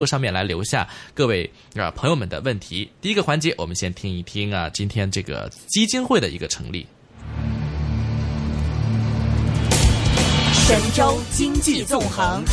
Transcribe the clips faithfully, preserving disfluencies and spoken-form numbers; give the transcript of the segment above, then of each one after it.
上面来留下各位啊、呃、朋友们的问题。第一个环节，我们先听一听啊，今天这个基金会的一个成立。 神州经济纵横。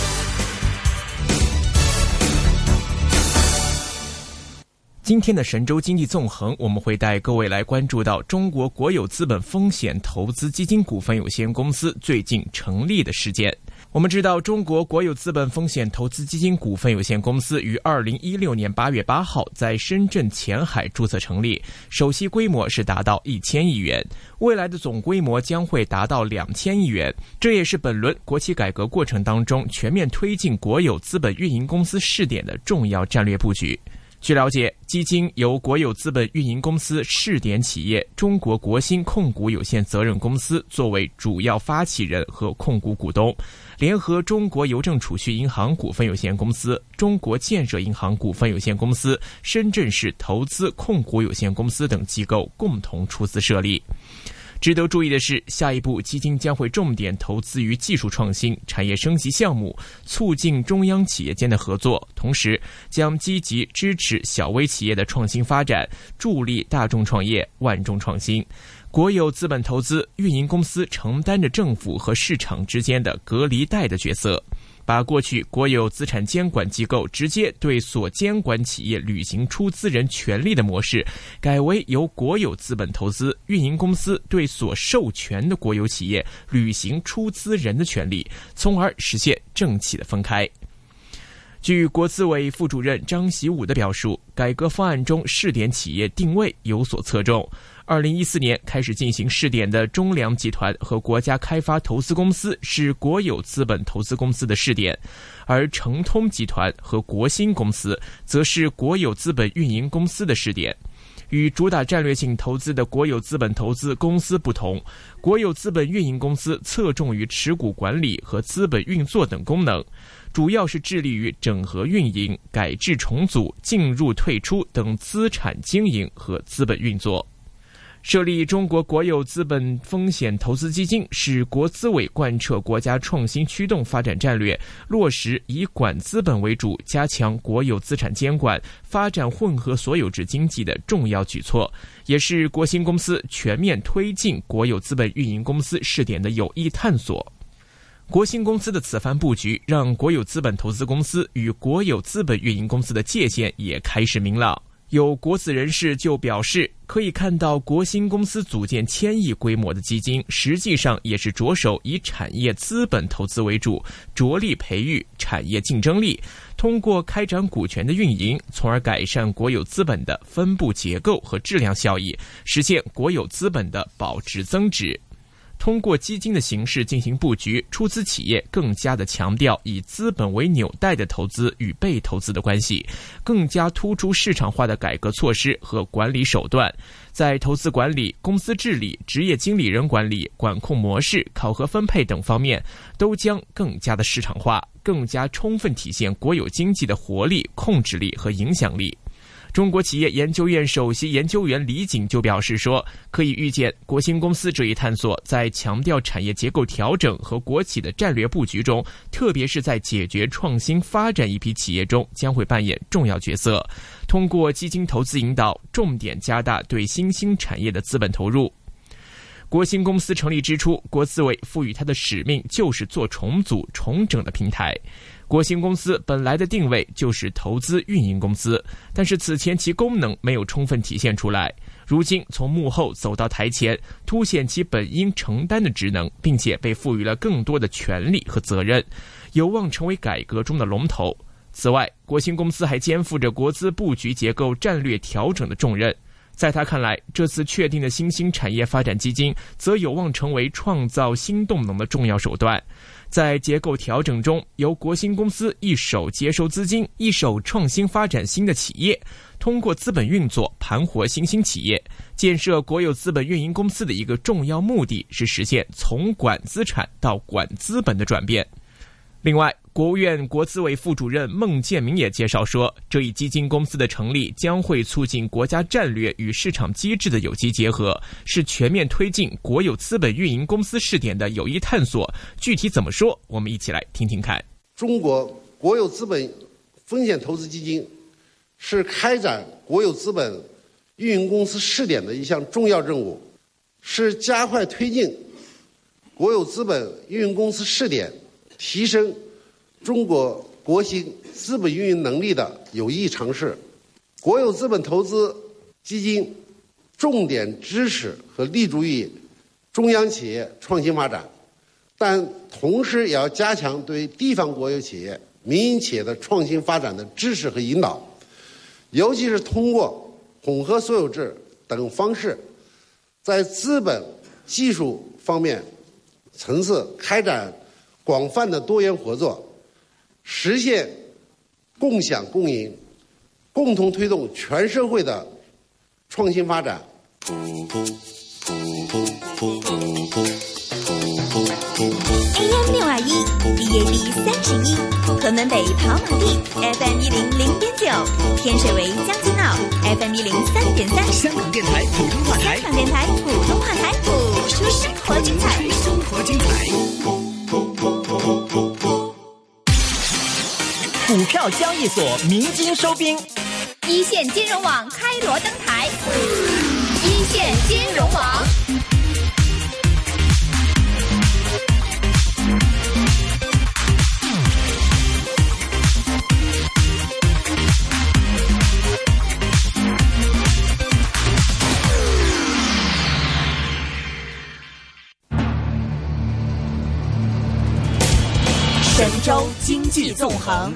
今天的神州经济纵横，我们会带各位来关注到中国国有资本风险投资基金股份有限公司最近成立的事件。我们知道，中国国有资本风险投资基金股份有限公司于二零一六年八月八号在深圳前海注册成立，首期规模是达到一千亿元，未来的总规模将会达到两千亿元。这也是本轮国企改革过程当中全面推进国有资本运营公司试点的重要战略布局。据了解，基金由国有资本运营公司试点企业中国国兴控股有限责任公司作为主要发起人和控股股东，联合中国邮政储蓄银行股份有限公司、中国建设银行股份有限公司、深圳市投资控股有限公司等机构共同出资设立。值得注意的是，下一步基金将会重点投资于技术创新、产业升级项目，促进中央企业间的合作，同时将积极支持小微企业的创新发展，助力大众创业、万众创新。国有资本投资运营公司承担着政府和市场之间的隔离带的角色，把过去国有资产监管机构直接对所监管企业履行出资人权利的模式，改为由国有资本投资运营公司对所授权的国有企业履行出资人的权利，从而实现政企的分开。据国资委副主任张习武的表述，改革方案中试点企业定位有所侧重。二零一四年开始进行试点的中粮集团和国家开发投资公司是国有资本投资公司的试点，而成通集团和国兴公司则是国有资本运营公司的试点。与主打战略性投资的国有资本投资公司不同，国有资本运营公司侧重于持股管理和资本运作等功能，主要是致力于整合运营、改制重组、进入退出等资产经营和资本运作。设立中国国有资本风险投资基金是国资委贯彻国家创新驱动发展战略，落实以管资本为主，加强国有资产监管，发展混合所有制经济的重要举措，也是国兴公司全面推进国有资本运营公司试点的有益探索。国兴公司的此番布局，让国有资本投资公司与国有资本运营公司的界限也开始明朗。有国资人士就表示，可以看到国兴公司组建千亿规模的基金，实际上也是着手以产业资本投资为主，着力培育产业竞争力，通过开展股权的运营，从而改善国有资本的分布结构和质量效益，实现国有资本的保值增值。通过基金的形式进行布局，出资企业更加的强调以资本为纽带的投资与被投资的关系，更加突出市场化的改革措施和管理手段，在投资管理、公司治理、职业经理人管理、管控模式、考核分配等方面，都将更加的市场化，更加充分体现国有经济的活力、控制力和影响力。中国企业研究院首席研究员李锦就表示说，可以预见国兴公司这一探索在强调产业结构调整和国企的战略布局中，特别是在解决创新发展一批企业中将会扮演重要角色，通过基金投资引导，重点加大对新兴产业的资本投入。国兴公司成立之初，国资委赋予它的使命就是做重组重整的平台。国兴公司本来的定位就是投资运营公司，但是此前其功能没有充分体现出来，如今从幕后走到台前，凸显其本应承担的职能，并且被赋予了更多的权利和责任，有望成为改革中的龙头。此外，国兴公司还肩负着国资布局结构战略调整的重任。在他看来，这次确定的新兴产业发展基金则有望成为创造新动能的重要手段。在结构调整中，由国兴公司一手接收资金，一手创新发展新的企业，通过资本运作盘活新兴企业。建设国有资本运营公司的一个重要目的是实现从管资产到管资本的转变。另外，国务院国资委副主任孟建明也介绍说，这一基金公司的成立将会促进国家战略与市场机制的有机结合，是全面推进国有资本运营公司试点的有益探索。具体怎么说，我们一起来听听看。 中国国有资本风险投资基金是开展国有资本运营公司试点的一项重要任务，是加快推进国有资本运营公司试点、提升中国国兴资本运营能力的有益尝试。国有资本投资基金重点支持和立足于中央企业创新发展，但同时也要加强对地方国有企业、民营企业的创新发展的支持和引导，尤其是通过混合所有制等方式，在资本、技术方面层次开展广泛的多元合作，实现共享共赢，共同推动全社会的创新发展。 A M 六二一 ，D A B 三十一，屯门北跑马地 F M 一零零点九，天水围将军澳 F M 一零三点三， 香港电台普通话台， 香港电台普通话台，播出生活精彩， 生活精彩。股票交易所鸣金收兵， 一线金融网开锣登台，一线金融网。 神州经济纵横。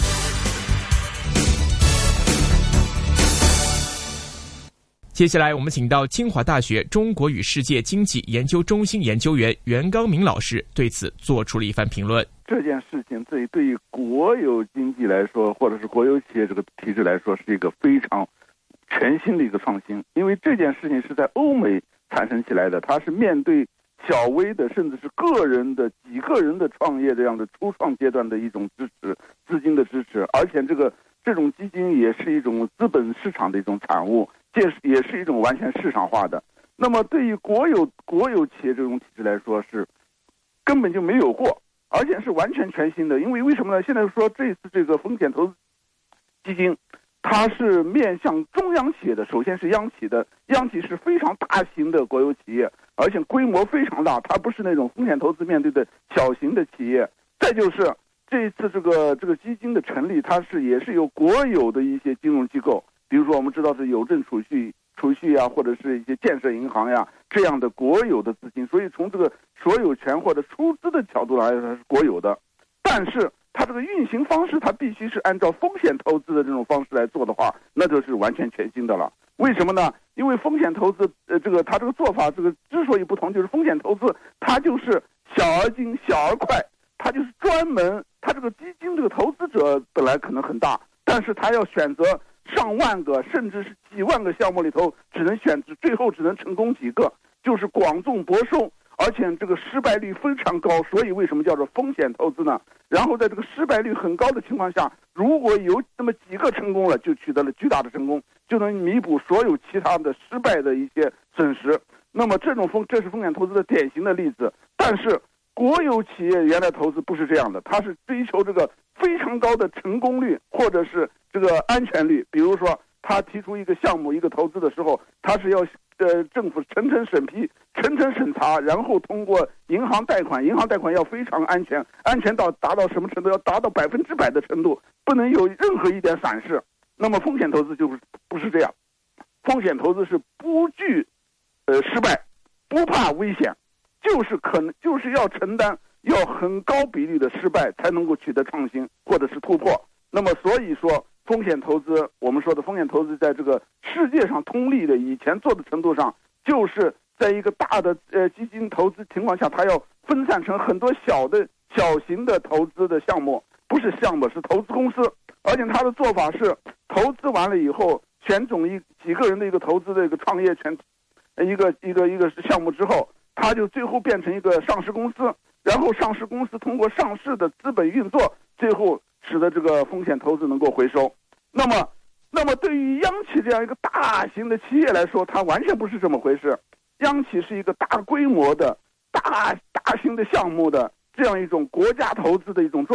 接下来我们请到清华大学中国与世界经济研究中心研究员袁刚明老师对此做出了一番评论。 这件事情对对于国有经济来说，或者是国有企业这个体制来说，是一个非常全新的一个创新，因为这件事情是在欧美产生起来的，它是面对小微的甚至是个人的几个人的创业这样的初创阶段的一种支持，资金的支持，而且这个这种基金也是一种资本市场的一种产物，这也是一种完全市场化的。那么对于国有国有企业这种体制来说，是根本就没有过，而且是完全全新的。因为为什么呢？现在说这次这个风险投资基金，它是面向中央企业的，首先是央企的，央企是非常大型的国有企业，而且规模非常大，它不是那种风险投资面对的小型的企业。再就是这一次这个这个基金的成立，它是也是由国有的一些金融机构，比如说我们知道是邮政储蓄储蓄啊，或者是一些建设银行呀这样的国有的资金，所以从这个所有权或者出资的角度来说，它是国有的。但是它这个运行方式，它必须是按照风险投资的这种方式来做的话，那就是完全全新的了。为什么呢？因为风险投资，呃，这个它这个做法，这个之所以不同，就是风险投资它就是小而精、小而快，它就是专门，它这个基金这个投资者本来可能很大，但是它要选择上万个甚至是几万个项目里头，只能选择最后只能成功几个，就是广众博收。而且这个失败率非常高，所以为什么叫做风险投资呢？然后在这个失败率很高的情况下，如果有那么几个成功了，就取得了巨大的成功，就能弥补所有其他的失败的一些损失。那么这种风，这是风险投资的典型的例子。但是国有企业原来投资不是这样的，它是追求这个非常高的成功率或者是这个安全率。比如说他提出一个项目一个投资的时候，他是要呃政府层层审批、层层审查，然后通过银行贷款，银行贷款要非常安全，安全到达到什么程度？要达到百分之百的程度，不能有任何一点闪失。那么风险投资就是不是这样，风险投资是不惧呃失败，不怕危险，就是可能就是要承担要很高比例的失败才能够取得创新或者是突破。那么所以说风险投资，我们说的风险投资在这个世界上通例的以前做的程度上，就是在一个大的呃基金投资情况下，它要分散成很多小的小型的投资的项目，不是项目是投资公司，而且它的做法是投资完了以后选种一几个人的一个投资的一个创业权一个一个一个项目之后，它就最后变成一个上市公司，然后上市公司通过上市的资本运作，最后使得这个风险投资能够回收。那么那么对于央企这样一个大型的企业来说，它完全不是这么回事。央企是一个大规模的大大型的项目的这样一种国家投资的一种做法，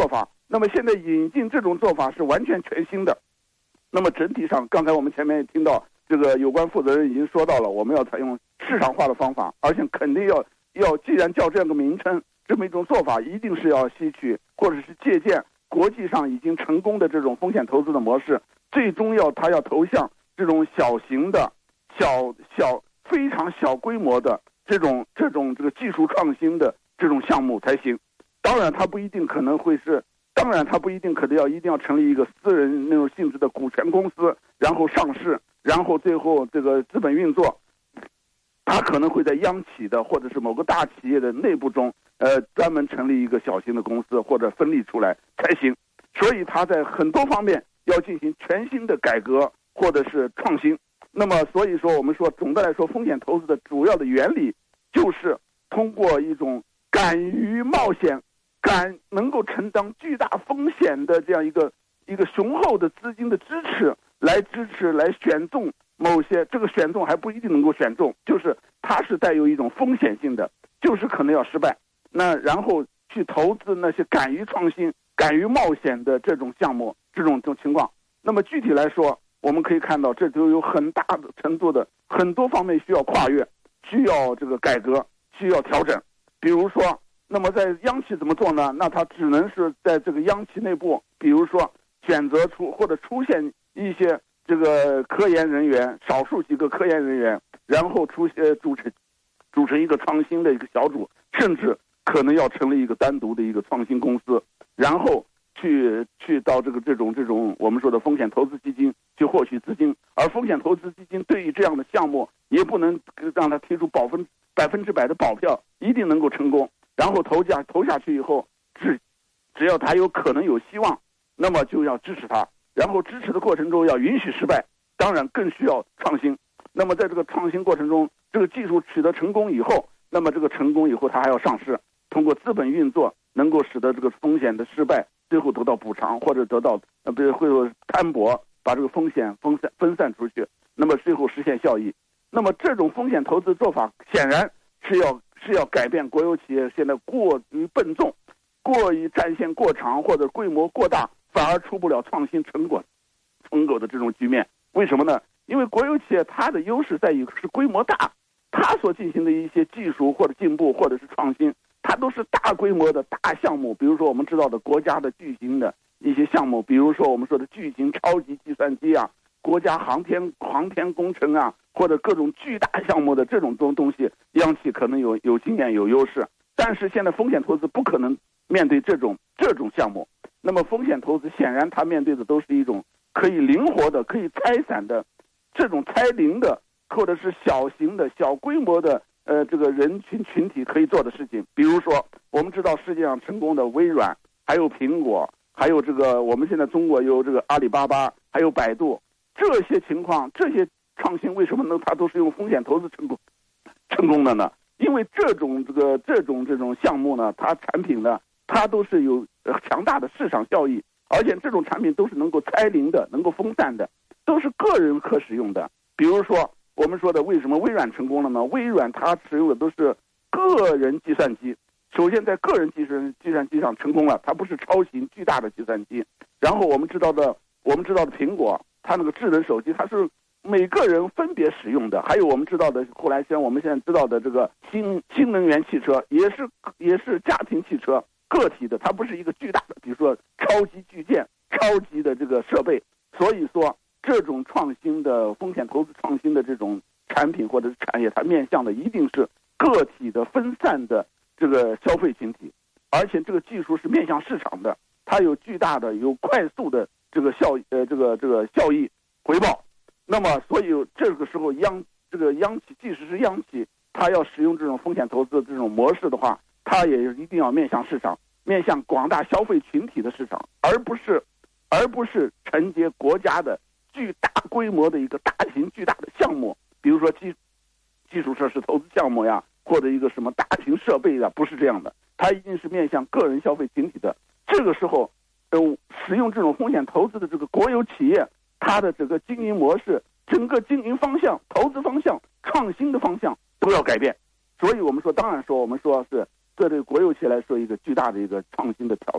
那么现在引进这种做法是完全全新的。那么整体上，刚才我们前面也听到这个有关负责人已经说到了，我们要采用市场化的方法，而且肯定要要，既然叫这样的名称，这么一种做法，一定是要吸取或者是借鉴国际上已经成功的这种风险投资的模式，最终要它要投向这种小型的、小小非常小规模的这种这种这个技术创新的这种项目才行。当然，它不一定可能会是。当然，它不一定可能要一定要成立一个私人那种性质的股权公司，然后上市，然后最后这个资本运作，它可能会在央企的或者是某个大企业的内部中，呃，专门成立一个小型的公司或者分立出来才行。所以，它在很多方面要进行全新的改革或者是创新。那么，所以说我们说，总的来说，风险投资的主要的原理就是通过一种敢于冒险。敢能够承担巨大风险的这样一个一个雄厚的资金的支持，来支持来选中某些，这个选中还不一定能够选中，就是它是带有一种风险性的，就是可能要失败。那然后去投资那些敢于创新、敢于冒险的这种项目，这种这种情况。那么具体来说，我们可以看到，这就有很大的程度的很多方面需要跨越，需要这个改革，需要调整。比如说。那么在央企怎么做呢？那它只能是在这个央企内部，比如说选择出或者出现一些这个科研人员，少数几个科研人员，然后出现组成组成一个创新的一个小组，甚至可能要成立一个单独的一个创新公司，然后去去到这个这种这种我们说的风险投资基金去获取资金，而风险投资基金对于这样的项目也不能让它提出百分百分之百的保票，一定能够成功。然后投价投下去以后，只只要它有可能有希望，那么就要支持它。然后支持的过程中要允许失败，当然更需要创新。那么在这个创新过程中，这个技术取得成功以后，那么这个成功以后它还要上市，通过资本运作能够使得这个风险的失败最后得到补偿，或者得到呃不是会有摊薄，把这个风险分散分散出去，那么最后实现效益。那么这种风险投资做法显然是要。是要改变国有企业现在过于笨重、过于战线过长或者规模过大，反而出不了创新成果、成果的这种局面。为什么呢？因为国有企业它的优势在于是规模大，它所进行的一些技术或者进步或者是创新，它都是大规模的大项目。比如说我们知道的国家的巨型的一些项目，比如说我们说的巨型超级计算机啊，国家航天航天工程啊，或者各种巨大项目的这种东东西，央企可能有有经验有优势。但是现在风险投资不可能面对这种这种项目，那么风险投资显然它面对的都是一种可以灵活的、可以拆散的这种拆零的，或者是小型的小规模的呃这个人群群体可以做的事情。比如说我们知道世界上成功的微软，还有苹果，还有这个我们现在中国有这个阿里巴巴，还有百度，这些情况这些创新为什么呢？它都是用风险投资成功成功的呢？因为这种这个这种这种项目呢，它产品呢，它都是有强大的市场效益，而且这种产品都是能够拆零的，能够分散的，都是个人可使用的。比如说我们说的为什么微软成功了呢？微软它使用的都是个人计算机，首先在个人计算计算机上成功了，它不是超型巨大的计算机。然后我们知道的我们知道的苹果，它那个智能手机，它是每个人分别使用的。还有我们知道的后来像我们现在知道的这个新新能源汽车，也是也是家庭汽车，个体的，它不是一个巨大的，比如说超级巨舰、超级的这个设备。所以说这种创新的风险投资创新的这种产品或者是产业，它面向的一定是个体的分散的这个消费群体，而且这个技术是面向市场的，它有巨大的有快速的这个效呃这个这个效益回报。那么所以这个时候央这个央企即使是央企，它要使用这种风险投资的这种模式的话，它也一定要面向市场，面向广大消费群体的市场，而不是而不是承接国家的巨大规模的一个大型巨大的项目，比如说基基础设施投资项目呀，或者一个什么大型设备呀，不是这样的，它一定是面向个人消费群体的。这个时候呃，使用这种风险投资的这个国有企业，它的整个经营模式、整个经营方向、投资方向、创新的方向都要改变。所以我们说，当然说我们说是这对国有企业来说一个巨大的一个创新的挑战。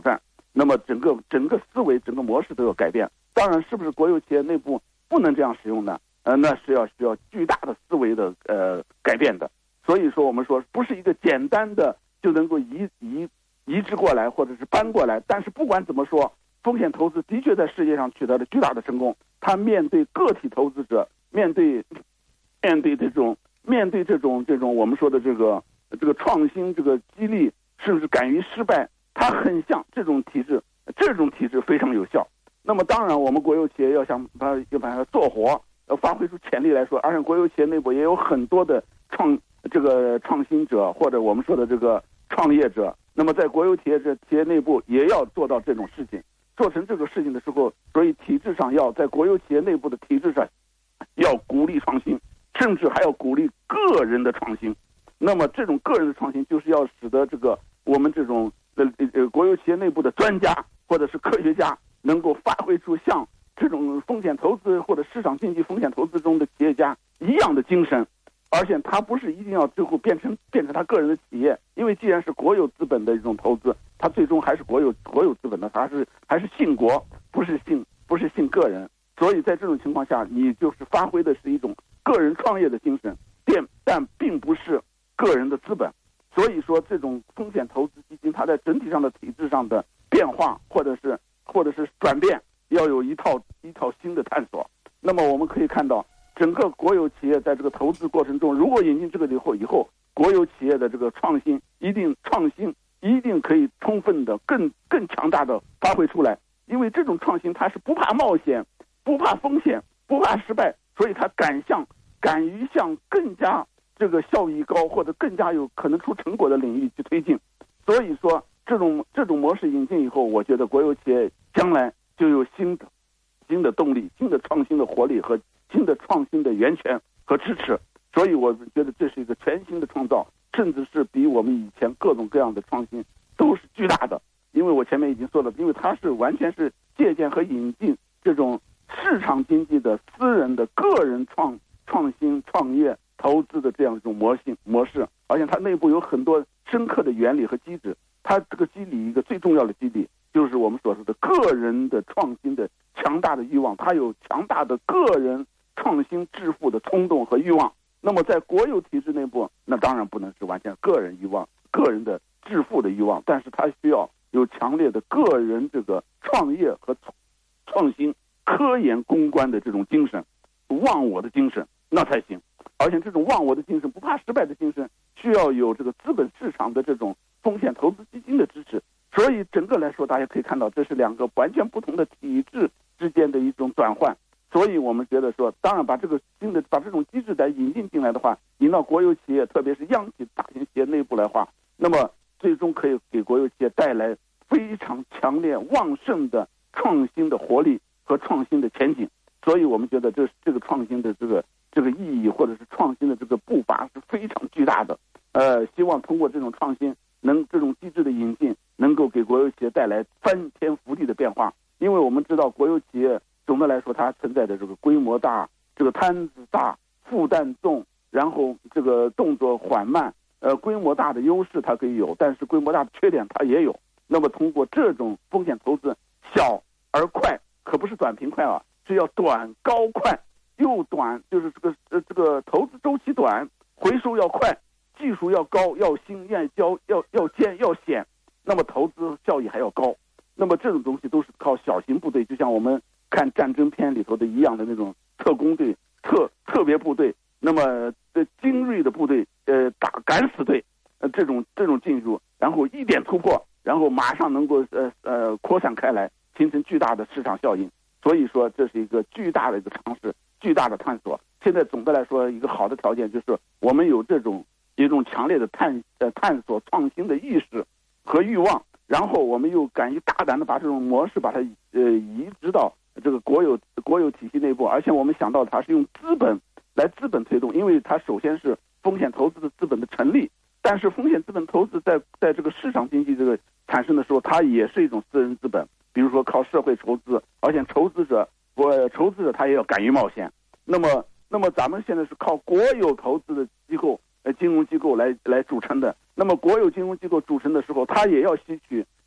那么整个整个思维、整个模式都有改变。当然，是不是国有企业内部不能这样使用呢？呃，那是要需要巨大的思维的呃改变的。所以说，我们说不是一个简单的就能够移移移植过来或者是搬过来。但是不管怎么说，风险投资的确在世界上取得了巨大的成功。它面对个体投资者，面对面对这种面对这种这种我们说的这个这个创新这个激励，是不是敢于失败？它很像这种体制，这种体制非常有效。那么当然，我们国有企业要想把要把它做活，要发挥出潜力来说，而且国有企业内部也有很多的创这个创新者，或者我们说的这个创业者。那么在国有企业这企业内部也要做到这种事情，做成这个事情的时候，所以体制上要在国有企业内部的体制上要鼓励创新，甚至还要鼓励个人的创新。那么这种个人的创新，就是要使得这个我们这种呃呃国有企业内部的专家或者是科学家，能够发挥出像这种风险投资或者市场经济风险投资中的企业家一样的精神。而且他不是一定要最后变成变成他个人的企业，因为既然是国有资本的这种投资，他最终还是国有国有资本的，还是还是信国，不是信不是信个人。所以在这种情况下，你就是发挥的是一种个人创业的精神，但但并不是个人的资本。所以说，这种风险投资基金，它在整体上的体制上的变化，或者是或者是转变，要有一套一套新的探索。那么我们可以看到，整个国有企业在这个投资过程中，如果引进这个以后，以后国有企业的这个创新一定创新一定可以充分的、更更强大的发挥出来。因为这种创新它是不怕冒险、不怕风险、不怕失败，所以它敢向敢于向更加这个效益高或者更加有可能出成果的领域去推进。所以说，这种这种模式引进以后，我觉得国有企业将来就有新的新的动力、新的创新的活力和新的创新的源泉和支持。所以我觉得这是一个全新的创造，甚至是比我们以前各种各样的创新都是巨大的。因为我前面已经说了，因为它是完全是借鉴和引进这种市场经济的私人的个人创创新创业投资的这样一种模型模式，而且它内部有很多深刻的原理和机制。它这个机理一个最重要的机理，就是我们所说的个人的创新的强大的欲望，它有强大的个人创新致富的冲动和欲望。那么在国有体制内部，那当然不能是完全个人欲望、个人的致富的欲望，但是它需要有强烈的个人这个创业和创新、科研攻关的这种精神，忘我的精神，那才行。而且这种忘我的精神、不怕失败的精神，需要有这个资本市场的这种风险投资基金的支持。所以整个来说，大家可以看到，这是两个完全不同的体制之间的一种转换。所以我们觉得说，当然把这个新的把这种机制来引进进来的话，引到国有企业，特别是央企大型企业内部来话，那么最终可以给国有企业带来非常强烈旺盛的创新的活力和创新的前景。所以我们觉得这这个创新的这个这个意义，或者是创新的这个步伐是非常巨大的。呃，希望通过这种创新，能这种机制的引进，能够给国有企业带来翻天覆地的变化。因为我们知道，国有企业总的来说，它存在的这个规模大、这个摊子大、负担重，然后这个动作缓慢。呃，规模大的优势它可以有，但是规模大的缺点它也有。那么通过这种风险投资，小而快，可不是短平快啊，是要短高快，又短就是这个呃这个投资周期短，回收要快，技术要高，要新，要教要要尖要险，那么投资效益还要高。那么这种东西都是靠小型部队，就像我们看战争片里头的一样的那种特工队、特特别部队，那么呃精锐的部队，呃打敢死队，呃这种这种进入，然后一点突破，然后马上能够呃呃扩散开来，形成巨大的市场效应。所以说这是一个巨大的一个尝试，巨大的探索。现在总的来说，一个好的条件就是我们有这种一种强烈的探呃探索创新的意识和欲望，然后我们又敢于大胆的把这种模式把它呃移植到这个国有国有体系内部，而且我们想到它是用资本来资本推动，因为它首先是风险投资的资本的成立，但是风险资本投资在在这个市场经济这个产生的时候，它也是一种私人资本，比如说靠社会筹资，而且筹资者我筹资者他也要敢于冒险。那么那么咱们现在是靠国有投资的机构呃金融机构来来组成的，那么国有金融机构组成的时候，它也要吸取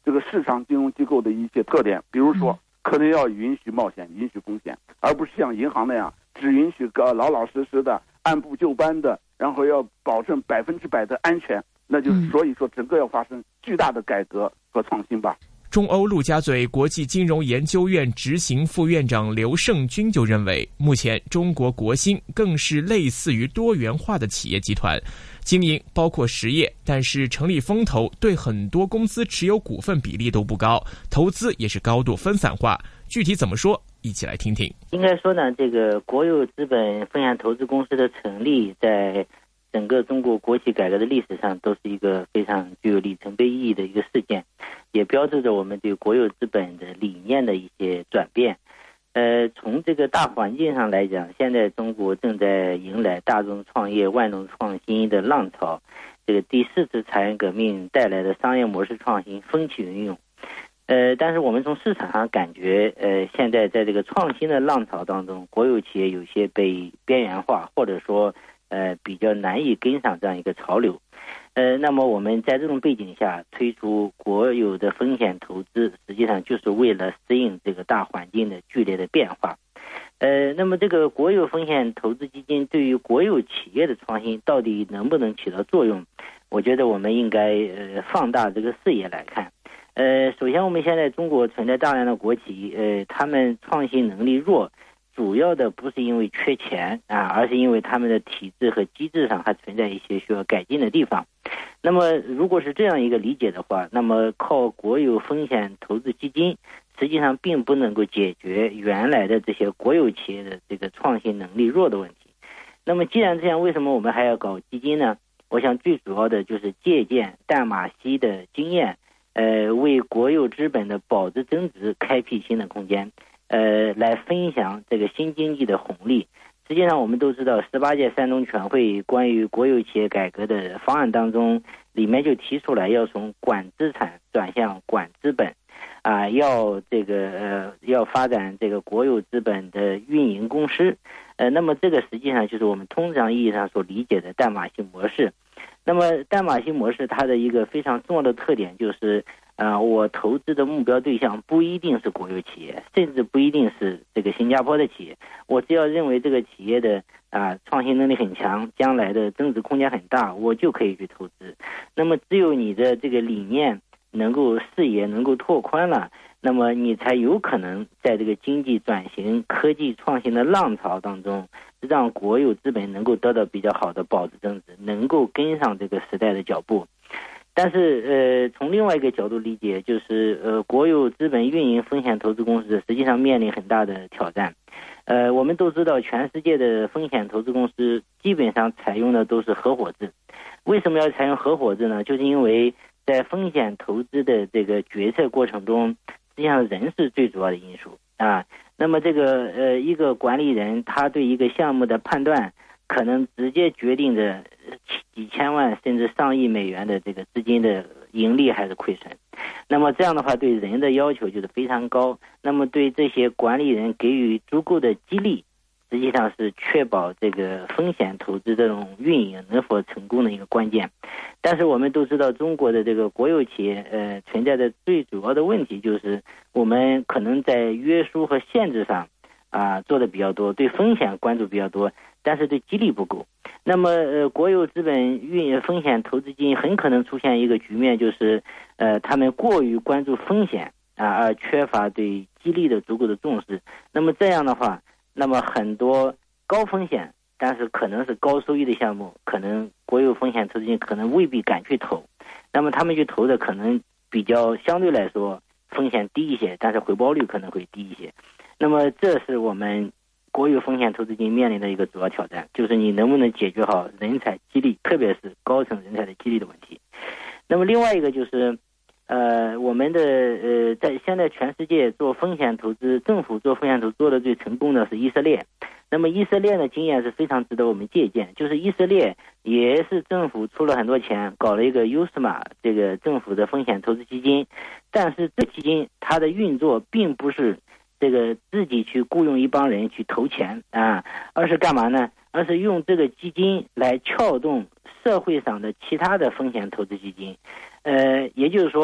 这个市场金融机构的一些特点，比如说可能要允许冒险，允许风险，而不是像银行那样只允许个老老实实的按部就班的，然后要保证百分之百的安全。那就是所以说整个要发生巨大的改革和创新吧。 中欧陆家嘴国际金融研究院执行副院长刘胜军就认为，目前中国国兴更是类似于多元化的企业集团，经营包括实业，但是成立风投对很多公司持有股份比例都不高，投资也是高度分散化。具体怎么说，一起来听听。 应该说呢，这个国有资本风险投资公司的成立，在整个中国国企改革的历史上都是一个非常具有里程碑意义的一个事件，也标志着我们对国有资本的理念的一些转变。呃，从这个大环境上来讲，现在中国正在迎来大众创业、万众创新的浪潮，这个第四次产业革命带来的商业模式创新风起云涌。呃，但是我们从市场上感觉，呃，现在在这个创新的浪潮当中，国有企业有些被边缘化，或者说呃，比较难以跟上这样一个潮流。呃，那么我们在这种背景下推出国有的风险投资，实际上就是为了适应这个大环境的剧烈的变化。呃，那么这个国有风险投资基金对于国有企业的创新到底能不能起到作用？我觉得我们应该呃放大这个视野来看。呃，首先我们现在中国存在大量的国企，呃，他们创新能力弱，主要的不是因为缺钱啊，而是因为他们的体制和机制上还存在一些需要改进的地方。那么如果是这样一个理解的话，那么靠国有风险投资基金实际上并不能够解决原来的这些国有企业的这个创新能力弱的问题。那么既然这样，为什么我们还要搞基金呢？我想最主要的就是借鉴淡马锡的经验，呃，为国有资本的保值增值开辟新的空间，呃，来分享这个新经济的红利。实际上我们都知道，十八届三中全会关于国有企业改革的方案当中，里面就提出来要从管资产转向管资本，啊，要这个呃要发展这个国有资本的运营公司，呃，那么这个实际上就是我们通常意义上所理解的淡马锡模式。那么淡马锡模式它的一个非常重要的特点就是，呃，我投资的目标对象不一定是国有企业，甚至不一定是这个新加坡的企业，我只要认为这个企业的啊创新能力很强，将来的增值空间很大，我就可以去投资。那么只有你的这个理念能够视野能够拓宽了，那么你才有可能在这个经济转型、科技创新的浪潮当中，让国有资本能够得到比较好的保值增值，能够跟上这个时代的脚步。但是呃，从另外一个角度理解，就是呃，国有资本运营风险投资公司实际上面临很大的挑战。呃，我们都知道，全世界的风险投资公司基本上采用的都是合伙制。为什么要采用合伙制呢？就是因为在风险投资的这个决策过程中，实际上人是最主要的因素啊。那么这个呃一个管理人他对一个项目的判断，可能直接决定着几千万甚至上亿美元的这个资金的盈利还是亏损。那么这样的话，对人的要求就是非常高。那么对这些管理人给予足够的激励，实际上是确保这个风险投资这种运营能否成功的一个关键。但是我们都知道，中国的这个国有企业呃存在的最主要的问题就是我们可能在约束和限制上啊做的比较多，对风险关注比较多，但是对激励不够。那么呃国有资本运风险投资基金很可能出现一个局面，就是呃他们过于关注风险啊，而缺乏对激励的足够的重视。那么这样的话，那么很多高风险但是可能是高收益的项目，可能国有风险投资基金可能未必敢去投，那么他们去投的可能比较相对来说风险低一些，但是回报率可能会低一些。那么这是我们国有风险投资基金面临的一个主要挑战，就是你能不能解决好人才激励，特别是高层人才的激励的问题。那么另外一个就是呃，我们的呃，在现在全世界做风险投资，政府做风险投资做的最成功的是以色列。那么以色列的经验是非常值得我们借鉴，就是以色列也是政府出了很多钱，搞了一个 U S M A 这个政府的风险投资基金，但是这基金它的运作并不是这个自己去雇佣一帮人去投钱啊，而是干嘛呢？而是用这个基金来撬动社会上的其他的风险投资基金。呃，也就是说，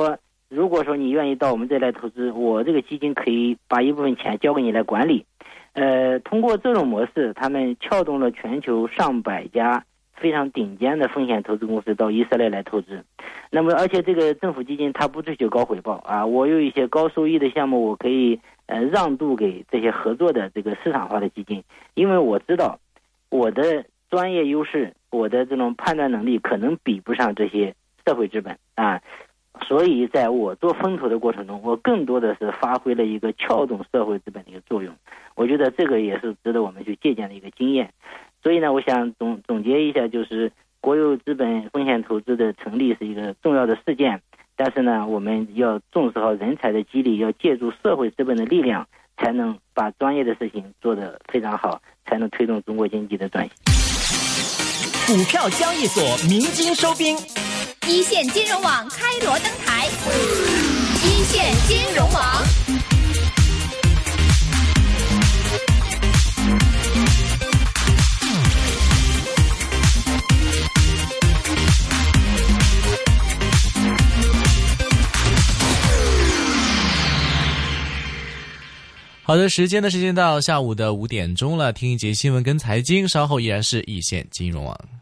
如果说你愿意到我们这来投资，我这个基金可以把一部分钱交给你来管理。呃，通过这种模式，他们撬动了全球上百家非常顶尖的风险投资公司到以色列来投资。那么，而且这个政府基金它不追求高回报啊，我有一些高收益的项目，我可以呃让渡给这些合作的这个市场化的基金，因为我知道我的专业优势，我的这种判断能力可能比不上这些社会资本啊。所以在我做风投的过程中，我更多的是发挥了一个撬动社会资本的一个作用。我觉得这个也是值得我们去借鉴的一个经验。所以呢，我想总总结一下，就是国有资本风险投资的成立是一个重要的事件，但是呢，我们要重视好人才的激励，要借助社会资本的力量，才能把专业的事情做得非常好，才能推动中国经济的转型。 股票交易所鸣金收兵， 一线金融网开锣登台，一线金融网。 好的，时间的时间到下午的五点钟了，听一节新闻跟财经，稍后依然是一线金融网。